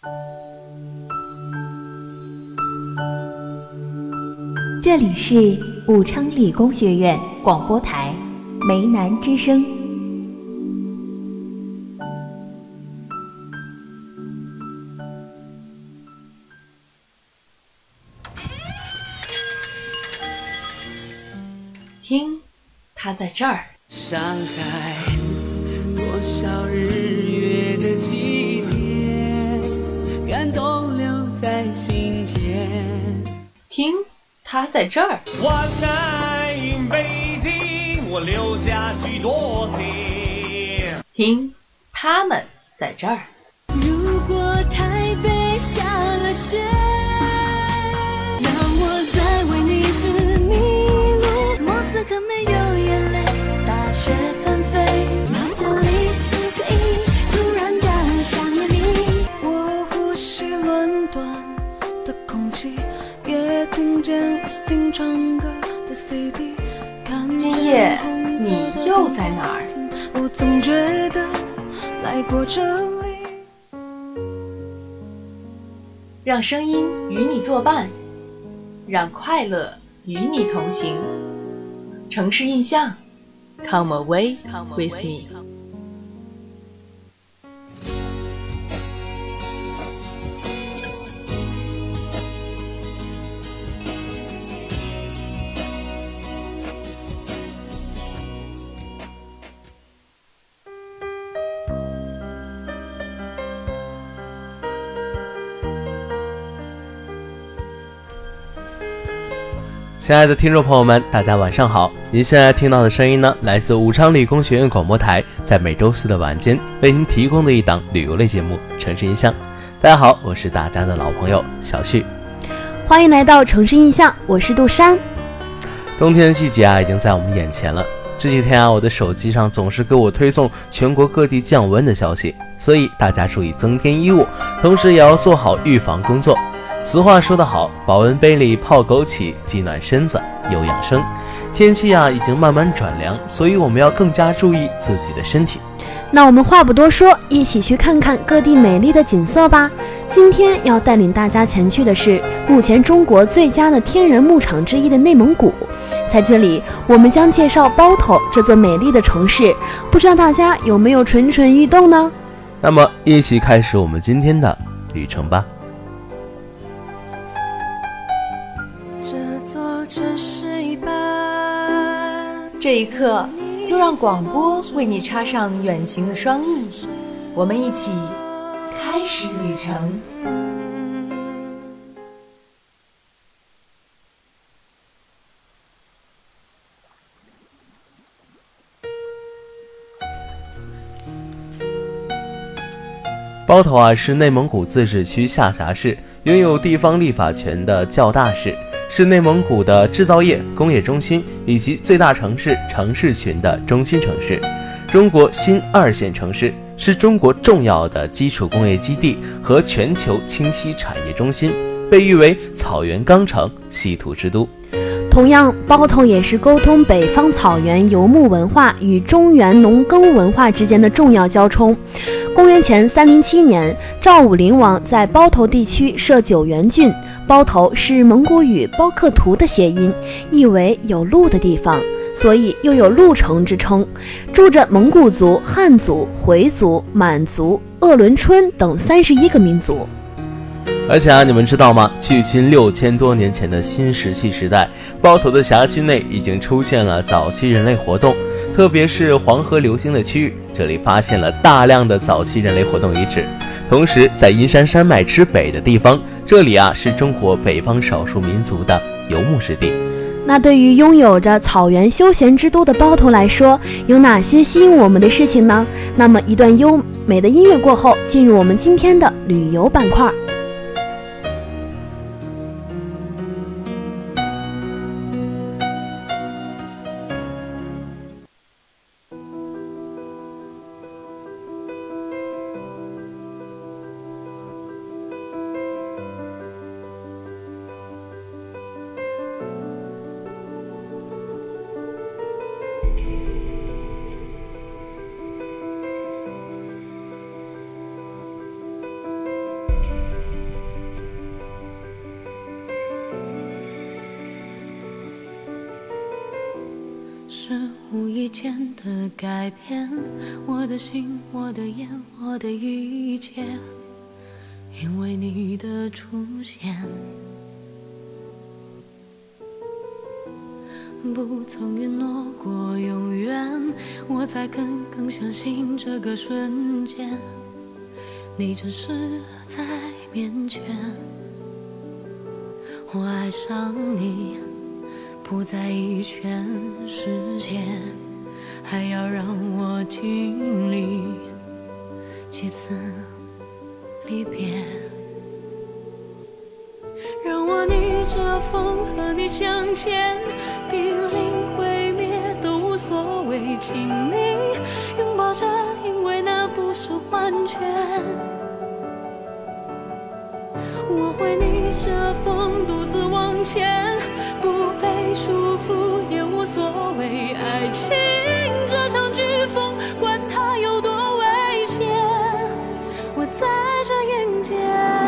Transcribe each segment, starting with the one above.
这里是武昌理工学院广播台梅南之声。 听，他在这儿。 上海多少日月的起点，感动留在心间。 听，他在这儿。 晚安北京，我留下许多情。 听，他们在这儿。 如果台北下了雪，让我再为你四迷路。莫斯科没有眼泪，大雪纷飞。马德里突然感想念你，我呼吸伦敦的空气，也听见奥斯汀唱歌的 CD。 今夜你又在哪儿？ 我总觉得来过这里。 让声音与你作伴，让快乐与你同行。城市印象 Come away with me。 亲爱的听众朋友们，大家晚上好！您现在听到的声音呢，来自武昌理工学院广播台，在每周四的晚间为您提供的一档旅游类节目《城市印象》。大家好，我是大家的老朋友小旭。 欢迎来到城市印象，我是杜珊。 冬天的季节已经在我们眼前了。这几天我的手机上总是给我推送全国各地降温的消息，所以大家注意增添衣物，同时也要做好预防工作。俗话说得好，保温杯里泡枸杞，既暖身子又养生。天气已经慢慢转凉，所以我们要更加注意自己的身体。 那我们话不多说，一起去看看各地美丽的景色吧。今天要带领大家前去的是目前中国最佳的天然牧场之一的内蒙古。在这里，我们将介绍包头这座美丽的城市，不知道大家有没有蠢蠢欲动呢？ 那么，一起开始我们今天的旅程吧。 这一刻，就让广播为你插上远行的双翼，我们一起开始旅程。 包头是内蒙古自治区下辖市，拥有地方立法权的较大市。是内蒙古的制造业、工业中心以及最大城市群的中心城市，中国新2线城市，是中国重要的基础工业基地和全球清晰产业中心，被誉为草原钢城、稀土之都。 同样，包头也是沟通北方草原游牧文化与中原农耕文化之间的重要交冲。公元前307年，赵武灵王在包头地区设九原郡。包头是蒙古语包克图的谐音，意为有路的地方，所以又有路城之称，住着蒙古族、汉族、回族、满族、鄂伦春等31个民族。 而且你们知道吗？距今6000多年前的新石器时代，包头的辖区内已经出现了早期人类活动，特别是黄河流经的区域，这里发现了大量的早期人类活动遗址。同时，在阴山山脉之北的地方，这里是中国北方少数民族的游牧之地。 那对于拥有着草原休闲之都的包头来说，有哪些吸引我们的事情呢？那么一段优美的音乐过后，进入我们今天的旅游板块。 是无意间的改变，我的心，我的眼，我的一切，因为你的出现。不曾允诺过永远，我才更相信这个瞬间，你真实在面前。我爱上你，不在意全世界，还要让我经历几次离别。让我逆着风和你向前，濒临毁灭都无所谓，请你拥抱着，因为那不是幻觉。我会逆着风独自往前，不被束缚也无所谓。爱情这场飓风，管它有多危险，我在这迎接。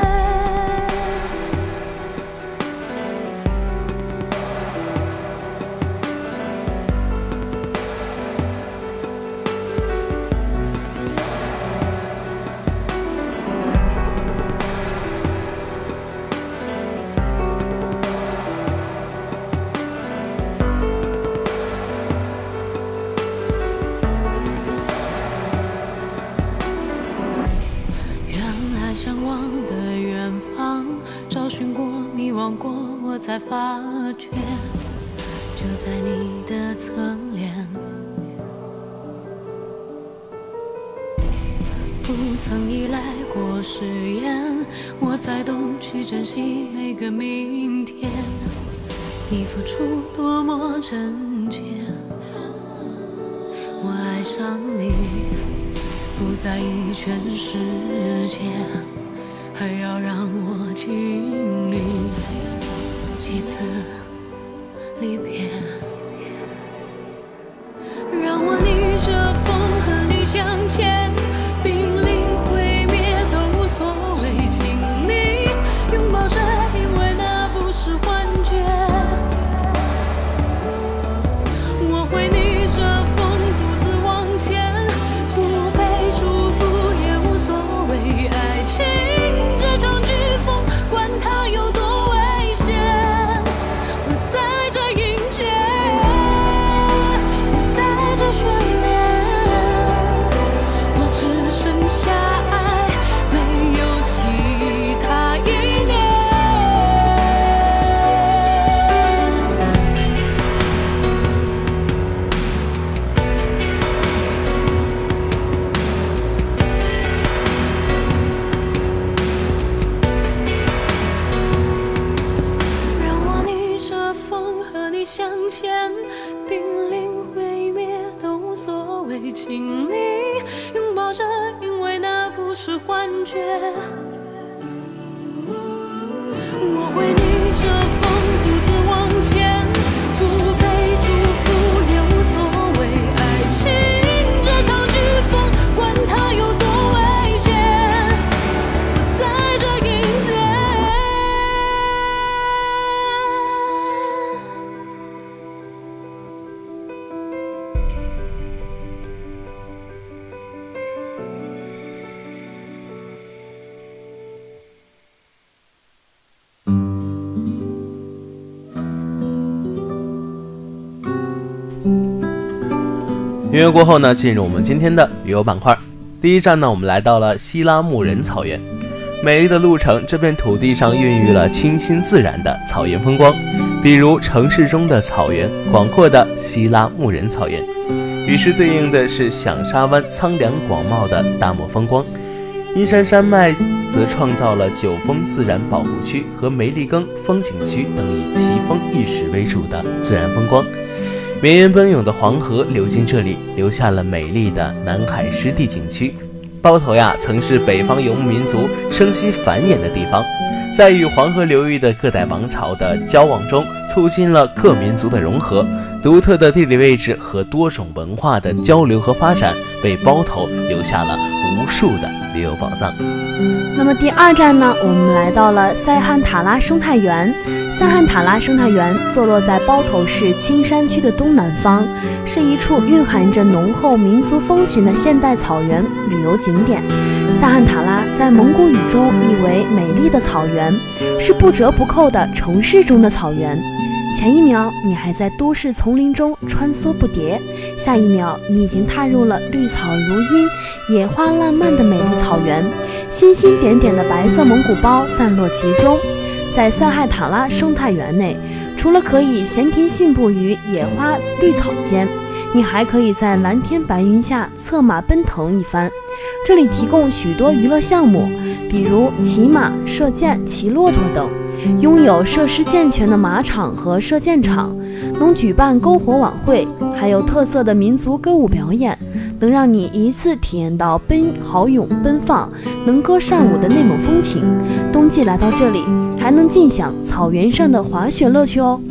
向往的远方，找寻过，迷惘过，我才发觉，就在你的侧脸。不曾依赖过誓言，我才懂去珍惜每个明天。你付出多么真切，我爱上你，不在意全世界，还要让我经历几次离别。让我逆着风和你向前，濒临毁灭都无所谓，请你拥抱着，因为那不是幻觉。我会逆着风独自往前，不被祝福也无所谓。爱情这场飓风，管它有多危险，我在这迎接，我在这眷恋，我只剩下爱，没有其他意念。让我逆着风和你向前，濒临毁灭都无所谓，请你拥抱着，因为那不是幻觉。我会逆着风独自往前，不被祝福也无所谓。爱情这场飓风，管它有多危险，我在这迎接。 音乐过后呢，进入我们今天的旅游板块。第一站呢，我们来到了希拉牧人草原。美丽的路程，这片土地上孕育了清新自然的草原风光，比如城市中的草原，广阔的希拉牧人草原，与之对应的是响沙湾苍凉广袤的大漠风光。阴山山脉则创造了九峰自然保护区和梅利根风景区等以奇峰异石为主的自然风光。绵延奔涌的黄河流经这里，留下了美丽的南海湿地景区。包头呀，曾是北方游牧民族生息繁衍的地方，在与黄河流域的各代王朝的交往中，促进了各民族的融合， 独特的地理位置和多种文化的交流和发展，为包头留下了无数的旅游宝藏。 那么第2站呢，我们来到了塞罕塔拉生态园。塞罕塔拉生态园坐落在包头市青山区的东南方，是一处蕴含着浓厚民族风情的现代草原旅游景点。塞罕塔拉在蒙古语中意为美丽的草原，是不折不扣的城市中的草原。前一秒你还在都市丛林中穿梭不迭，下一秒你已经踏入了绿草如茵、野花烂漫的美丽草原，星星点点的白色蒙古包散落其中。在塞罕塔拉生态园内，除了可以闲庭信步于野花绿草间，你还可以在蓝天白云下策马奔腾一番。这里提供许多娱乐项目，比如骑马、射箭、骑骆驼等，拥有设施健全的马场和射箭场，能举办篝火晚会，还有特色的民族歌舞表演，能让你一次体验到豪勇奔放、能歌善舞的内蒙风情。冬季来到这里，还能尽享草原上的滑雪乐趣哦。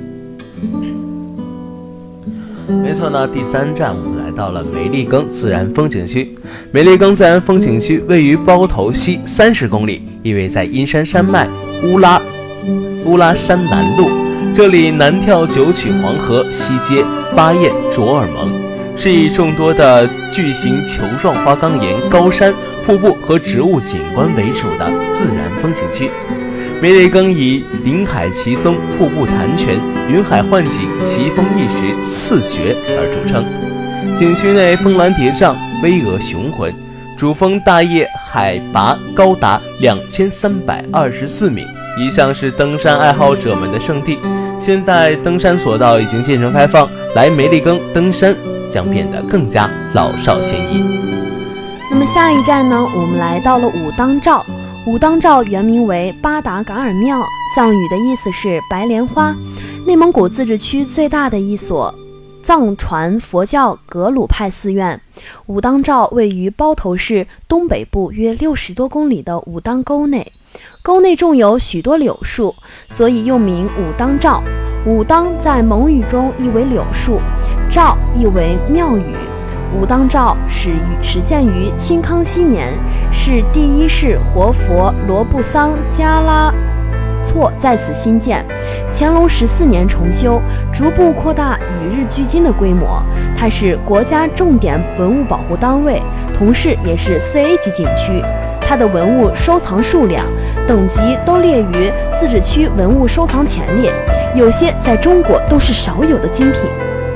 没错呢，第3站我们来到了梅利更自然风景区。梅利更自然风景区位于包头西30公里，意味在阴山山脉乌拉山南麓。这里南眺九曲黄河，西接巴彦卓尔蒙，是以众多的巨型球状花岗岩、高山、瀑布和植物景观为主的自然风景区。梅利更以林海奇松、瀑布潭泉、云海幻景、奇峰异石4绝而著称。景区内峰峦叠嶂，巍峨雄浑，主峰大叶海拔高达2324米，一向是登山爱好者们的圣地。现代登山索道已经渐成开放，来梅利更登山将变得更加老少咸宜。 那么下一站呢，我们来到了武当照。武当照原名为巴达噶尔庙，藏语的意思是白莲花，内蒙古自治区最大的一所藏传佛教格鲁派寺院。武当照位于包头市东北部约60多公里的武当沟内，沟内种有许多柳树，所以又名武当照。武当在蒙语中意为柳树，照意为庙宇。武当照始建于清康熙年，是第1世活佛罗布桑加拉措在此兴建，乾隆14年重修，逐步扩大与日俱进的规模。它是国家重点文物保护单位，同时也是4A 级景区。它的文物收藏数量、等级都列于自治区文物收藏前列，有些在中国都是少有的精品。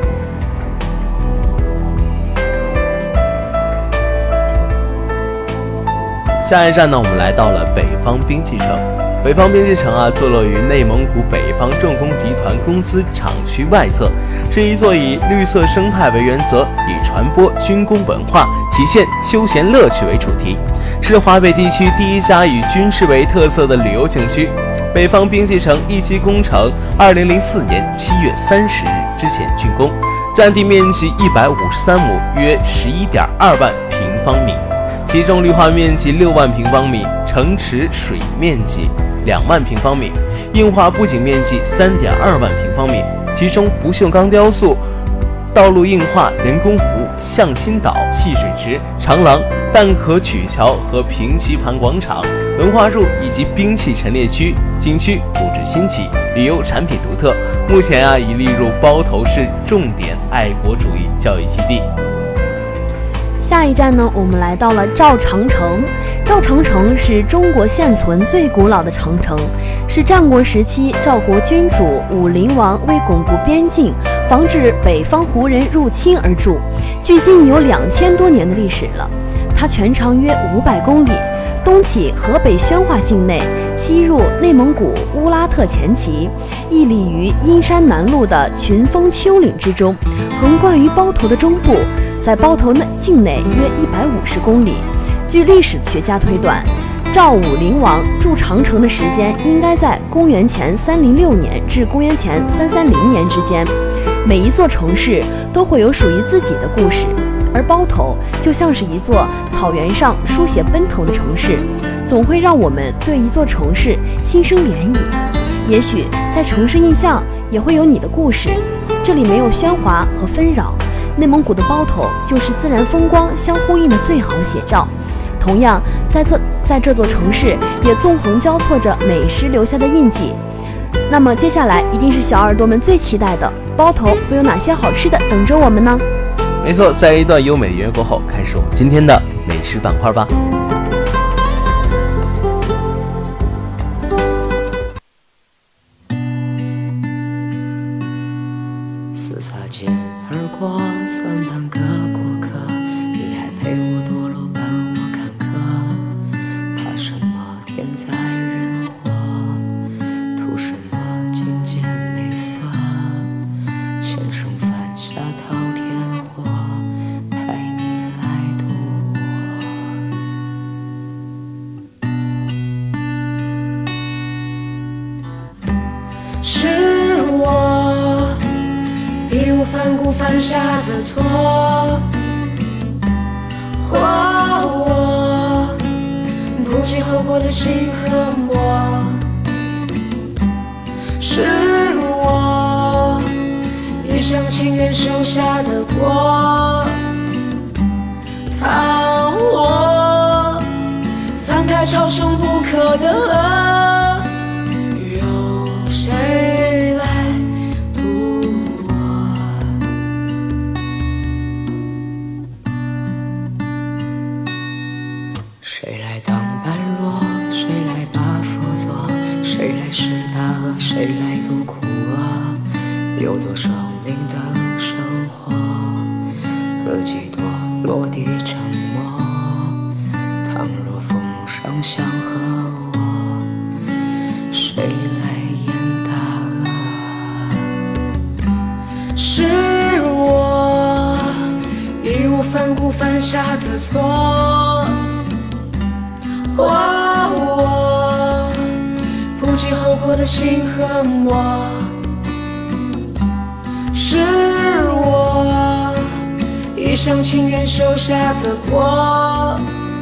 下一站呢，我们来到了北方兵器城。北方兵器城坐落于内蒙古北方重工集团公司厂区外侧，是一座以绿色生态为原则，以传播军工文化、体现休闲乐趣为主题，是华北地区第1家以军事为特色的旅游景区。北方兵器城一期工程2004年7月30日之前竣工，占地面积153亩，约11.2万平方米。其中绿化面积6万平方米，城池水面积2万平方米，硬化布景面积3.2万平方米。其中不锈钢雕塑、道路硬化、人工湖、向心岛、戏水池、长廊、弹壳曲桥和平棋盘广场、文化柱以及兵器陈列区。景区布置新奇，旅游产品独特，目前已列入包头市重点爱国主义教育基地。 下一站呢，我们来到了赵长城。赵长城是中国现存最古老的长城，是战国时期赵国君主武灵王为巩固边境，防止北方胡人入侵而筑，距今已有2000多年的历史了。它全长约500公里，东起河北宣化境内，西入内蒙古乌拉特前旗，屹立于阴山南麓的群峰丘陵之中，横贯于包头的中部，在包头境内约150公里。据历史学家推断，赵武灵王筑长城的时间应该在公元前306年至公元前330年之间。每一座城市都会有属于自己的故事，而包头就像是一座草原上书写奔腾的城市，总会让我们对一座城市心生涟漪。也许在城市印象也会有你的故事。 这里没有喧哗和纷扰。内蒙古的包头就是自然风光相呼应的最好写照。同样，在这座城市也纵横交错着美食留下的印记。那么接下来一定是小耳朵们最期待的，包头会有哪些好吃的等着我们呢？ 没错，在一段优美的音乐过后，开始我们今天的美食板块吧。 似擦肩而过，算半个过客，你还陪我堕落，伴我坎坷。怕什么天灾人祸，图什么境界美色，前生犯下滔天祸，派你来渡我。是我义无反顾犯下的错，或我不计后果的心和魔，是我一厢情愿受下的果，当我翻台超生不可的河，有谁来谁来当般若，谁来把佛做，谁来识大恶，谁来度苦厄？有多少命的生活，和几多落地沉默？倘若风声相和我，谁来演大恶？是我义无反顾犯下的错，或我不计后果的心和魔，是我一厢情愿受下的果，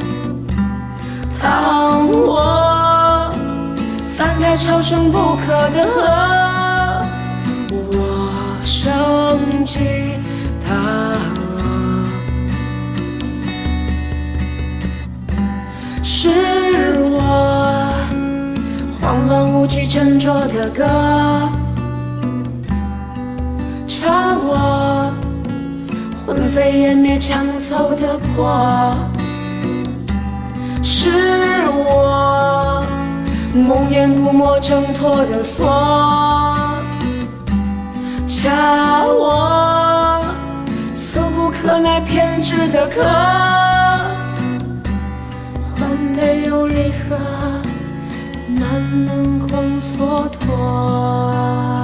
当我翻台超生不可的河，我生计大恶。是我慌乱无稽沉着的歌，唱我魂飞烟灭抢走的魄，是我梦魇不摸挣脱的锁，恰我俗不可耐偏执的客，没有离合，难能空蹉跎。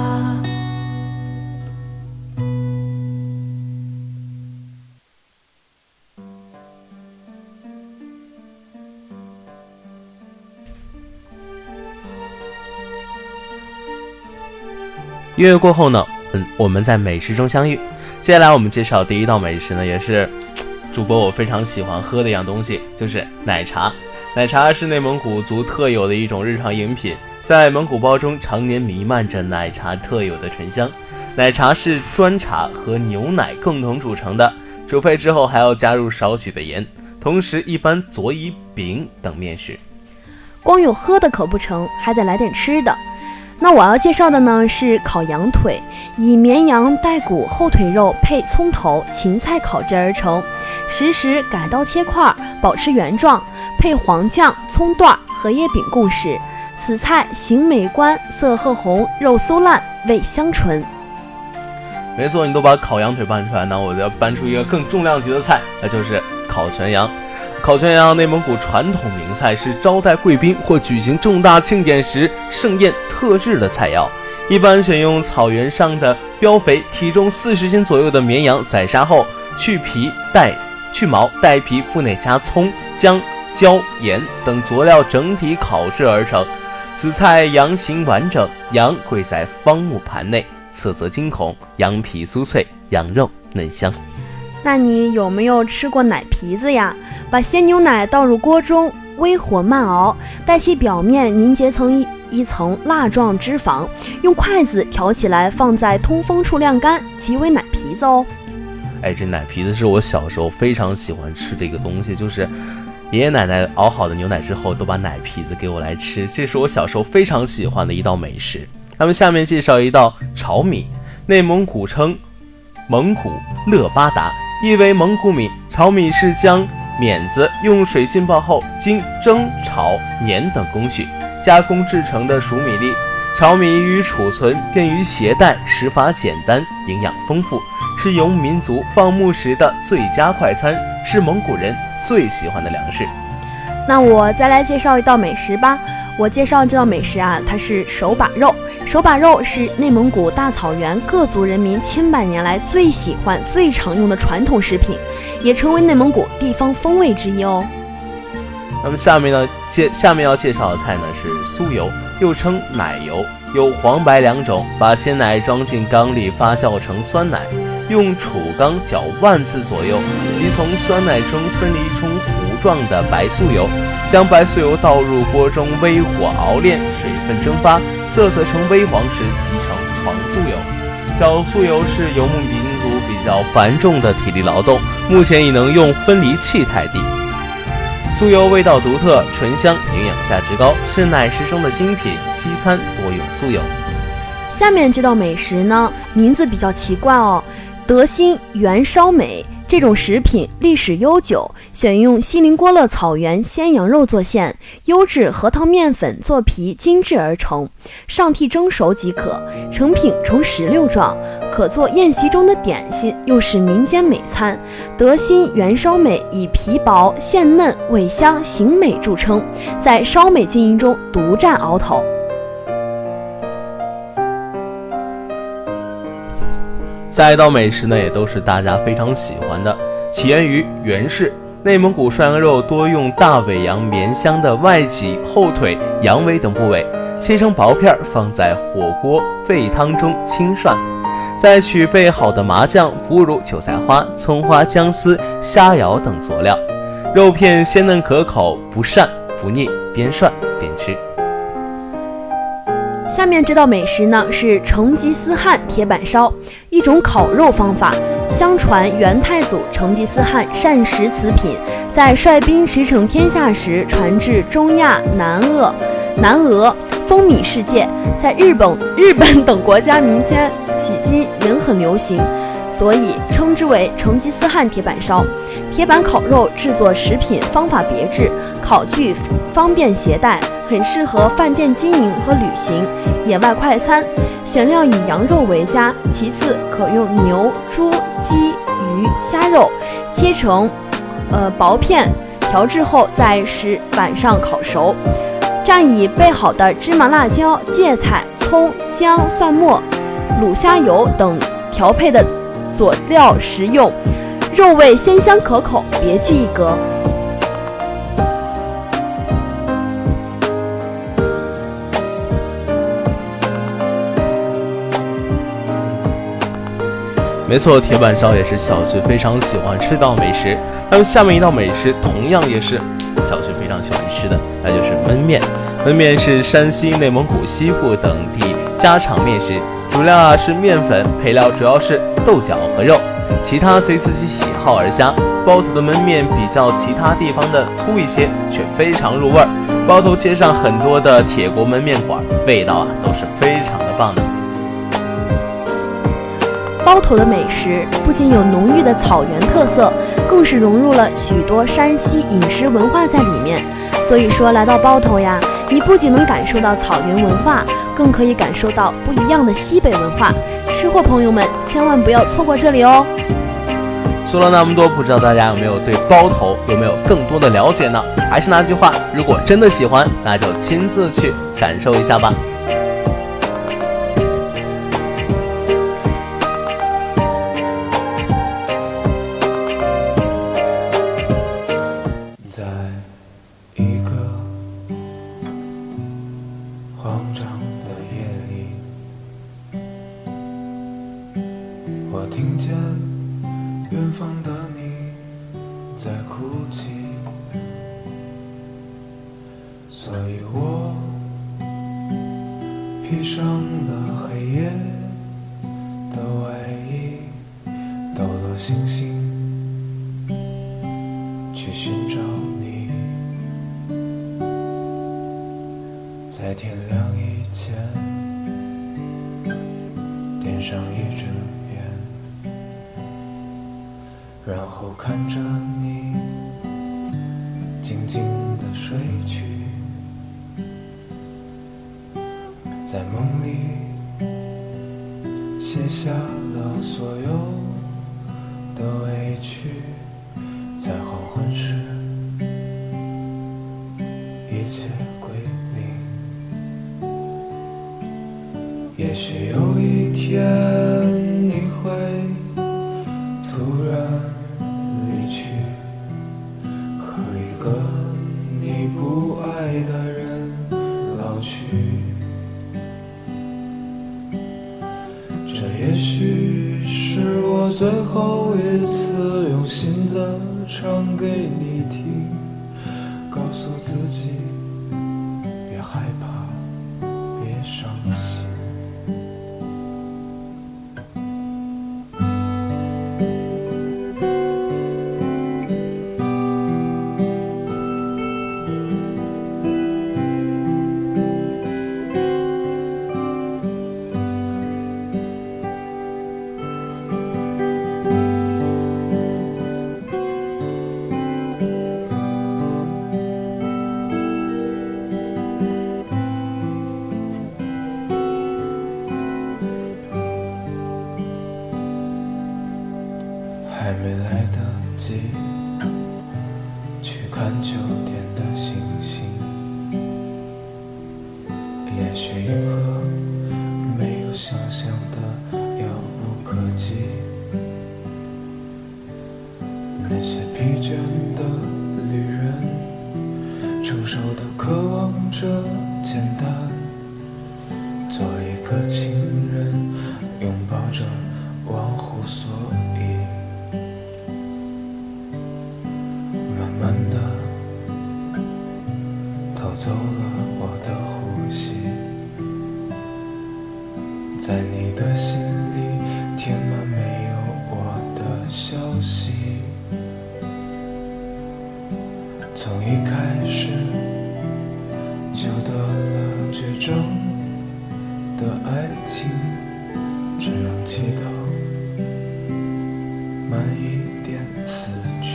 音乐过后呢，我们在美食中相遇。接下来我们介绍第一道美食呢，也是主播我非常喜欢喝的一样东西，就是奶茶。奶茶是内蒙古族特有的一种日常饮品，在蒙古包中常年弥漫着奶茶特有的醇香。奶茶是砖茶和牛奶共同煮成的，煮沸之后还要加入少许的盐，同时一般佐以饼等面食。 光有喝的可不成，还得来点吃的。那我要介绍的呢是烤羊腿，以绵羊带骨后腿肉配葱头、芹菜烤制而成，实时改刀切块，保持原状，配黄酱、葱段、荷叶饼共食。此菜形美观，色褐红，肉酥烂，味香醇。 没错，你都把烤羊腿搬出来，那我就要搬出一个更重量级的菜，那就是烤全羊。烤全羊，内蒙古传统名菜，是招待贵宾或举行重大庆典时盛宴特制的菜肴。一般选用草原上的膘肥、体重40斤左右的绵羊，宰杀后去毛、带皮，腹内加葱、姜、椒、盐等佐料，整体烤制而成。此菜羊形完整，羊跪在方木盘内，色泽金红，羊皮酥脆，羊肉嫩香。 那你有没有吃过奶皮子呀？把鲜牛奶倒入锅中，微火慢熬，待其表面凝结成一层蜡状脂肪，用筷子挑起来放在通风处晾干，即为奶皮子哦。 这奶皮子是我小时候非常喜欢吃的一个东西，就是爷爷奶奶熬好的牛奶之后都把奶皮子给我来吃，这是我小时候非常喜欢的一道美食。那么下面介绍一道炒米，内蒙古称蒙古勒巴达，意为蒙古米。炒米是将碾子用水浸泡后，经蒸、炒、碾等工序加工制成的熟米粒。炒米易于储存，便于携带，食法简单，营养丰富，是游牧民族放牧时的最佳快餐，是蒙古人最喜欢的粮食。 那我再来介绍一道美食吧。我介绍这道美食啊，它是手把肉。手把肉是内蒙古大草原各族人民千百年来最喜欢、最常用的传统食品，也成为内蒙古地方风味之一哦。 那么下面要介绍的菜呢是酥油，又称奶油，有黄白两种。把鲜奶装进缸里发酵成酸奶，用杵缸搅10000次左右，即从酸奶中分离出糊状的白酥油，将白酥油倒入锅中，微火熬炼，水分蒸发，色成微黄时即成黄酥油。搅酥油是游牧民族比较繁重的体力劳动，目前已能用分离器代替。酥油味道独特，醇香，营养价值高，是奶食中的精品，西餐多用酥油。 下面这道美食呢，名字比较奇怪哦，德兴元烧美。这种食品历史悠久，选用锡林郭勒草原鲜羊肉做馅，优质核桃面粉做皮精制而成，上屉蒸熟即可。成品呈石榴状，可做宴席中的点心，又是民间美餐。德兴元烧美以皮薄馅嫩、味香、形美著称，在烧美经营中独占鳌头。 下一道美食呢，也都是大家非常喜欢的，起源于元氏。内蒙古涮羊肉多用大尾羊绵香的外脊、后腿、羊尾等部位，切成薄片，放在火锅沸汤中清涮，再取备好的麻酱、腐乳、韭菜花、葱花、姜丝、虾瑶等佐料，肉片鲜嫩可口，不膻不腻，边涮边吃。 下面这道美食呢是成吉思汗铁板烧，一种烤肉方法。相传元太祖成吉思汗善食此品，在率兵驰骋天下时，传至中亚、南俄，风靡世界，在日本等国家民间迄今仍很流行，所以称之为成吉思汗铁板烧。铁板烤肉制作食品方法别致，烤具方便携带，很适合饭店经营和旅行、野外快餐。选料以羊肉为佳，其次可用牛、猪、鸡、鱼、虾肉，切成薄片，调制后在石板上烤熟。蘸以备好的芝麻、辣椒、芥菜、葱、姜、蒜末、卤虾油等调配的佐料食用，肉味鲜香可口，别具一格。 没错，铁板烧也是小旭非常喜欢吃到美食。那么下面一道美食同样也是小旭非常喜欢吃的，那就是焖面。焖面是山西、内蒙古西部等地家常面食，主料是面粉，配料主要是豆角和肉，其他随自己喜好而加。包头的焖面比较其他地方的粗一些，却非常入味儿。包头街上很多的铁锅焖面馆，味道都是非常的棒的。 包头的美食不仅有浓郁的草原特色，更是融入了许多山西饮食文化在里面。所以说来到包头呀，你不仅能感受到草原文化，更可以感受到不一样的西北文化。吃货朋友们千万不要错过这里哦。 说了那么多，不知道大家有没有对包头有没有更多的了解呢？还是那句话，如果真的喜欢，那就亲自去感受一下吧。 所以我披上了黑夜的外衣，抖落星星去寻找你，在天亮以前点上一支烟，然后看着你静静地睡去，在梦里写下了所有的委屈，在黄昏时一切归零。也许有一天你会突然离去，和一个你不爱的人老去，这也许是我最后一次用心的唱给你听，告诉自己别害怕，别伤心。还没来得及去看秋天的星星，也许银河没有想象的遥不可及，那些疲倦的旅人承受的渴望着简单，做一个情人拥抱着忘乎所以，慢慢的偷走了我的呼吸，在你的心里填满没有我的消息，从一开始就得了绝症的爱情，只能祈祷慢一点死去。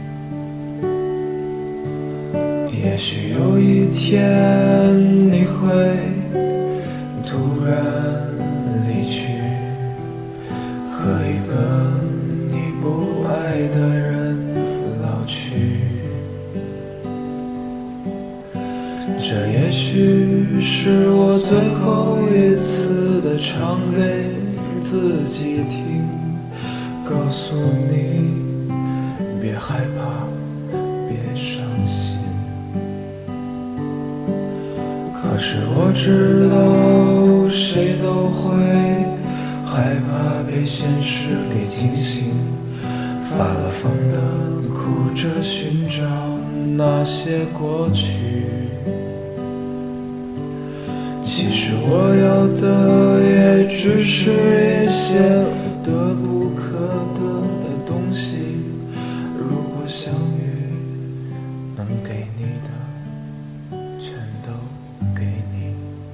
也许有一天你会突然离去，和一个你不爱的人老去，这也许是我最后一次的唱给自己听，告诉你别害怕，别伤心。可是我知道谁都会害怕被现实给惊醒，发了疯的哭着寻找那些过去。其实我要的也只是一些得不可得的东西，如果相遇能给你的全都给你。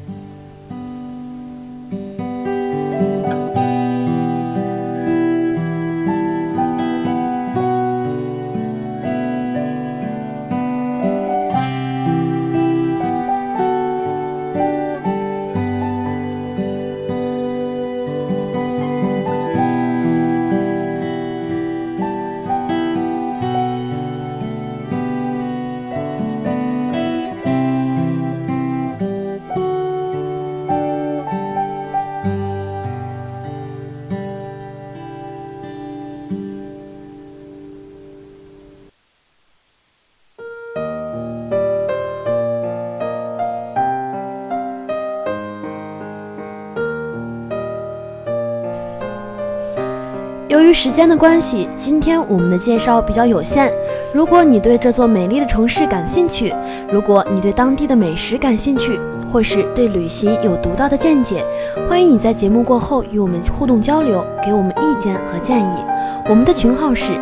由于时间的关系，今天我们的介绍比较有限。如果你对这座美丽的城市感兴趣，如果你对当地的美食感兴趣， 或是对旅行有独到的见解，欢迎你在节目过后与我们互动交流，给我们意见和建议。我们的群号是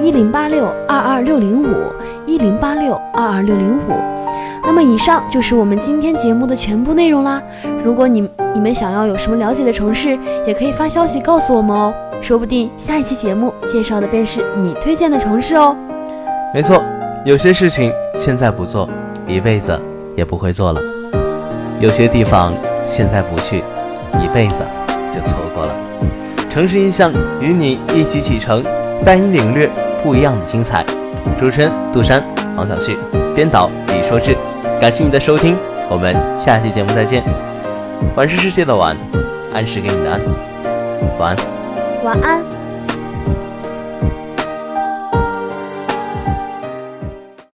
1086-22605，1086-22605。那么以上就是我们今天节目的全部内容啦。如果你们想要有什么了解的城市，也可以发消息告诉我们哦，说不定下一期节目介绍的便是你推荐的城市哦。 没错，有些事情现在不做，一辈子也不会做了；有些地方现在不去，一辈子就错过了。城市印象与你一起启程，带你领略不一样的精彩。主持人杜珊、黄小旭，编导李说志，感谢你的收听，我们下期节目再见。晚是世界的晚，安是给你的安，晚安。 晚安。